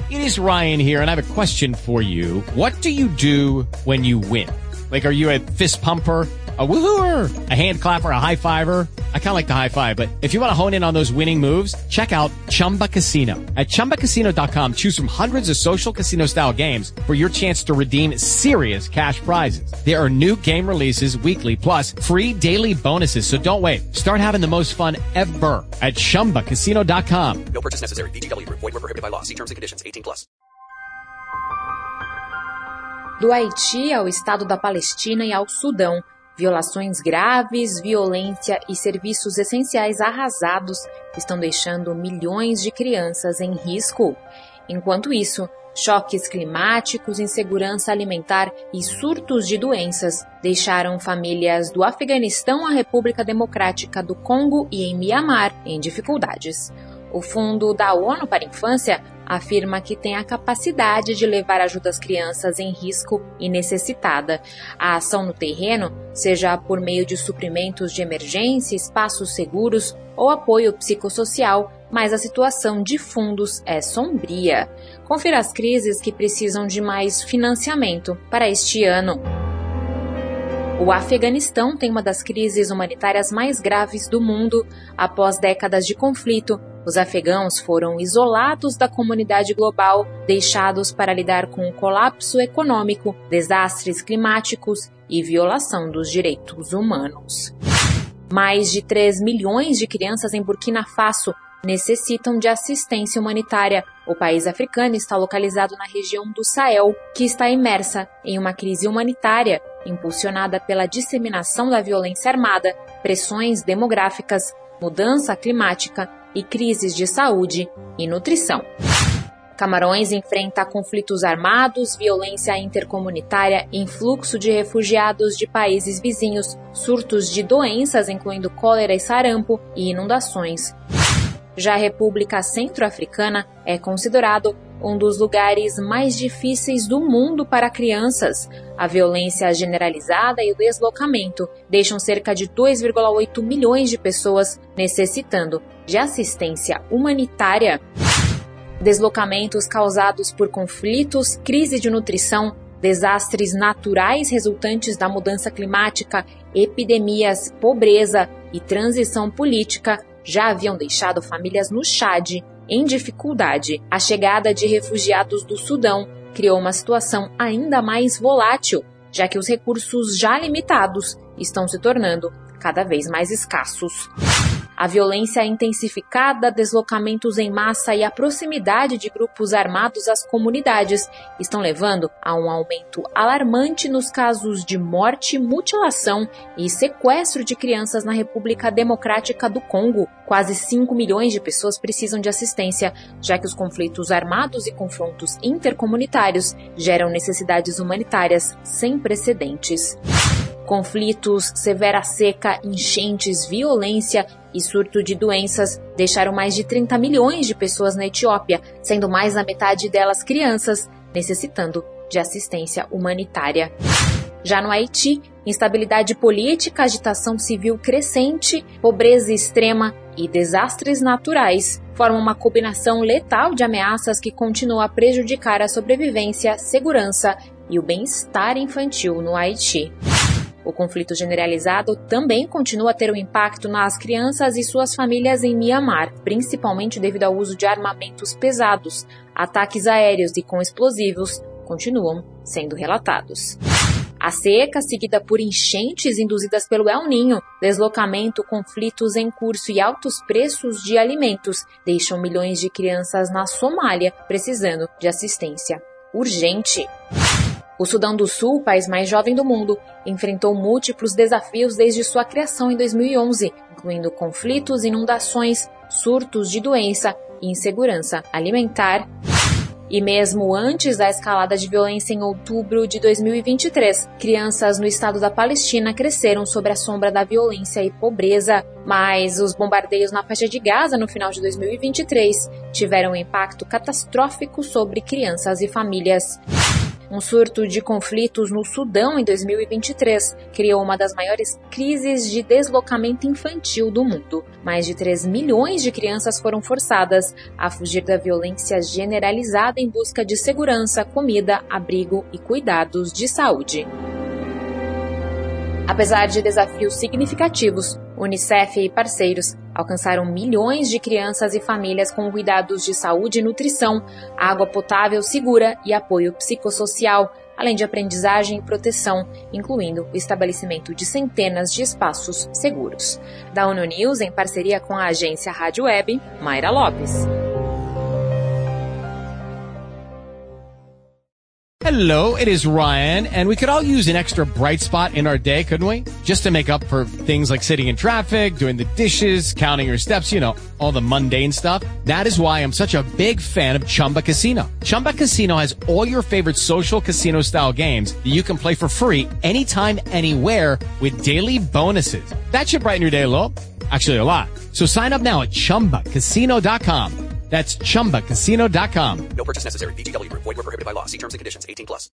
It is Ryan here, and I have a question for you. What do you do when you win? Like, are you a fist pumper, a woohooer, a hand clapper, a high fiver? I kind of like the high five, but if you want to hone in on those winning moves, check out Chumba Casino. At ChumbaCasino.com, choose from hundreds of social casino-style games for your chance to redeem serious cash prizes. There are new game releases weekly, plus free daily bonuses, so don't wait. Start having the most fun ever at ChumbaCasino.com. No purchase necessary. VGW Group. Void where prohibited by law. See terms and conditions. 18+. Do Haiti ao Estado da Palestina e ao Sudão, violações graves, violência e serviços essenciais arrasados estão deixando milhões de crianças em risco. Enquanto isso, choques climáticos, insegurança alimentar e surtos de doenças deixaram famílias do Afeganistão à República Democrática do Congo e em Mianmar em dificuldades. O Fundo da ONU para a Infância afirma que tem a capacidade de levar ajuda às crianças em risco e necessitada. A ação no terreno, seja por meio de suprimentos de emergência, espaços seguros ou apoio psicossocial, mas a situação de fundos é sombria. Confira as crises que precisam de mais financiamento para este ano. O Afeganistão tem uma das crises humanitárias mais graves do mundo. Após décadas de conflito, os afegãos foram isolados da comunidade global, deixados para lidar com o colapso econômico, desastres climáticos e violação dos direitos humanos. Mais de 3 milhões de crianças em Burkina Faso necessitam de assistência humanitária. O país africano está localizado na região do Sahel, que está imersa em uma crise humanitária impulsionada pela disseminação da violência armada, pressões demográficas, mudança climática e crises de saúde e nutrição. Camarões enfrenta conflitos armados, violência intercomunitária, influxo de refugiados de países vizinhos, surtos de doenças, incluindo cólera e sarampo, e inundações. Já a República Centro-Africana é considerado um dos lugares mais difíceis do mundo para crianças. A violência generalizada e o deslocamento deixam cerca de 2,8 milhões de pessoas necessitando de assistência humanitária. Deslocamentos causados por conflitos, crise de nutrição, desastres naturais resultantes da mudança climática, epidemias, pobreza e transição política já haviam deixado famílias no Chad em dificuldade. A chegada de refugiados do Sudão criou uma situação ainda mais volátil, já que os recursos já limitados estão se tornando cada vez mais escassos. A violência intensificada, deslocamentos em massa e a proximidade de grupos armados às comunidades estão levando a um aumento alarmante nos casos de morte, mutilação e sequestro de crianças na República Democrática do Congo. Quase 5 milhões de pessoas precisam de assistência, já que os conflitos armados e confrontos intercomunitários geram necessidades humanitárias sem precedentes. Conflitos, severa seca, enchentes, violência e surto de doenças deixaram mais de 30 milhões de pessoas na Etiópia, sendo mais da metade delas crianças, necessitando de assistência humanitária. Já no Haiti, instabilidade política, agitação civil crescente, pobreza extrema e desastres naturais formam uma combinação letal de ameaças que continua a prejudicar a sobrevivência, segurança e o bem-estar infantil no Haiti. O conflito generalizado também continua a ter um impacto nas crianças e suas famílias em Mianmar, principalmente devido ao uso de armamentos pesados. Ataques aéreos e com explosivos continuam sendo relatados. A seca, seguida por enchentes induzidas pelo El Niño, deslocamento, conflitos em curso e altos preços de alimentos deixam milhões de crianças na Somália precisando de assistência urgente. O Sudão do Sul, o país mais jovem do mundo, enfrentou múltiplos desafios desde sua criação em 2011, incluindo conflitos, inundações, surtos de doença e insegurança alimentar. E mesmo antes da escalada de violência em outubro de 2023, crianças no estado da Palestina cresceram sob a sombra da violência e pobreza. Mas os bombardeios na faixa de Gaza no final de 2023 tiveram um impacto catastrófico sobre crianças e famílias. Um surto de conflitos no Sudão em 2023 criou uma das maiores crises de deslocamento infantil do mundo. Mais de 3 milhões de crianças foram forçadas a fugir da violência generalizada em busca de segurança, comida, abrigo e cuidados de saúde. Apesar de desafios significativos, Unicef e parceiros alcançaram milhões de crianças e famílias com cuidados de saúde e nutrição, água potável segura e apoio psicossocial, além de aprendizagem e proteção, incluindo o estabelecimento de centenas de espaços seguros. Da ONU News, em parceria com a agência Rádio Web, Mayra Lopes. Hello, it is Ryan, and we could all use an extra bright spot in our day, couldn't we? Just to make up for things like sitting in traffic, doing the dishes, counting your steps, you know, all the mundane stuff. That is why I'm such a big fan of Chumba Casino. Chumba Casino has all your favorite social casino-style games that you can play for free anytime, anywhere with daily bonuses. That should brighten your day a little. Actually, a lot. So sign up now at ChumbaCasino.com. That's ChumbaCasino.com. No purchase necessary. VGW Group. Void where prohibited by law. See terms and conditions. 18+.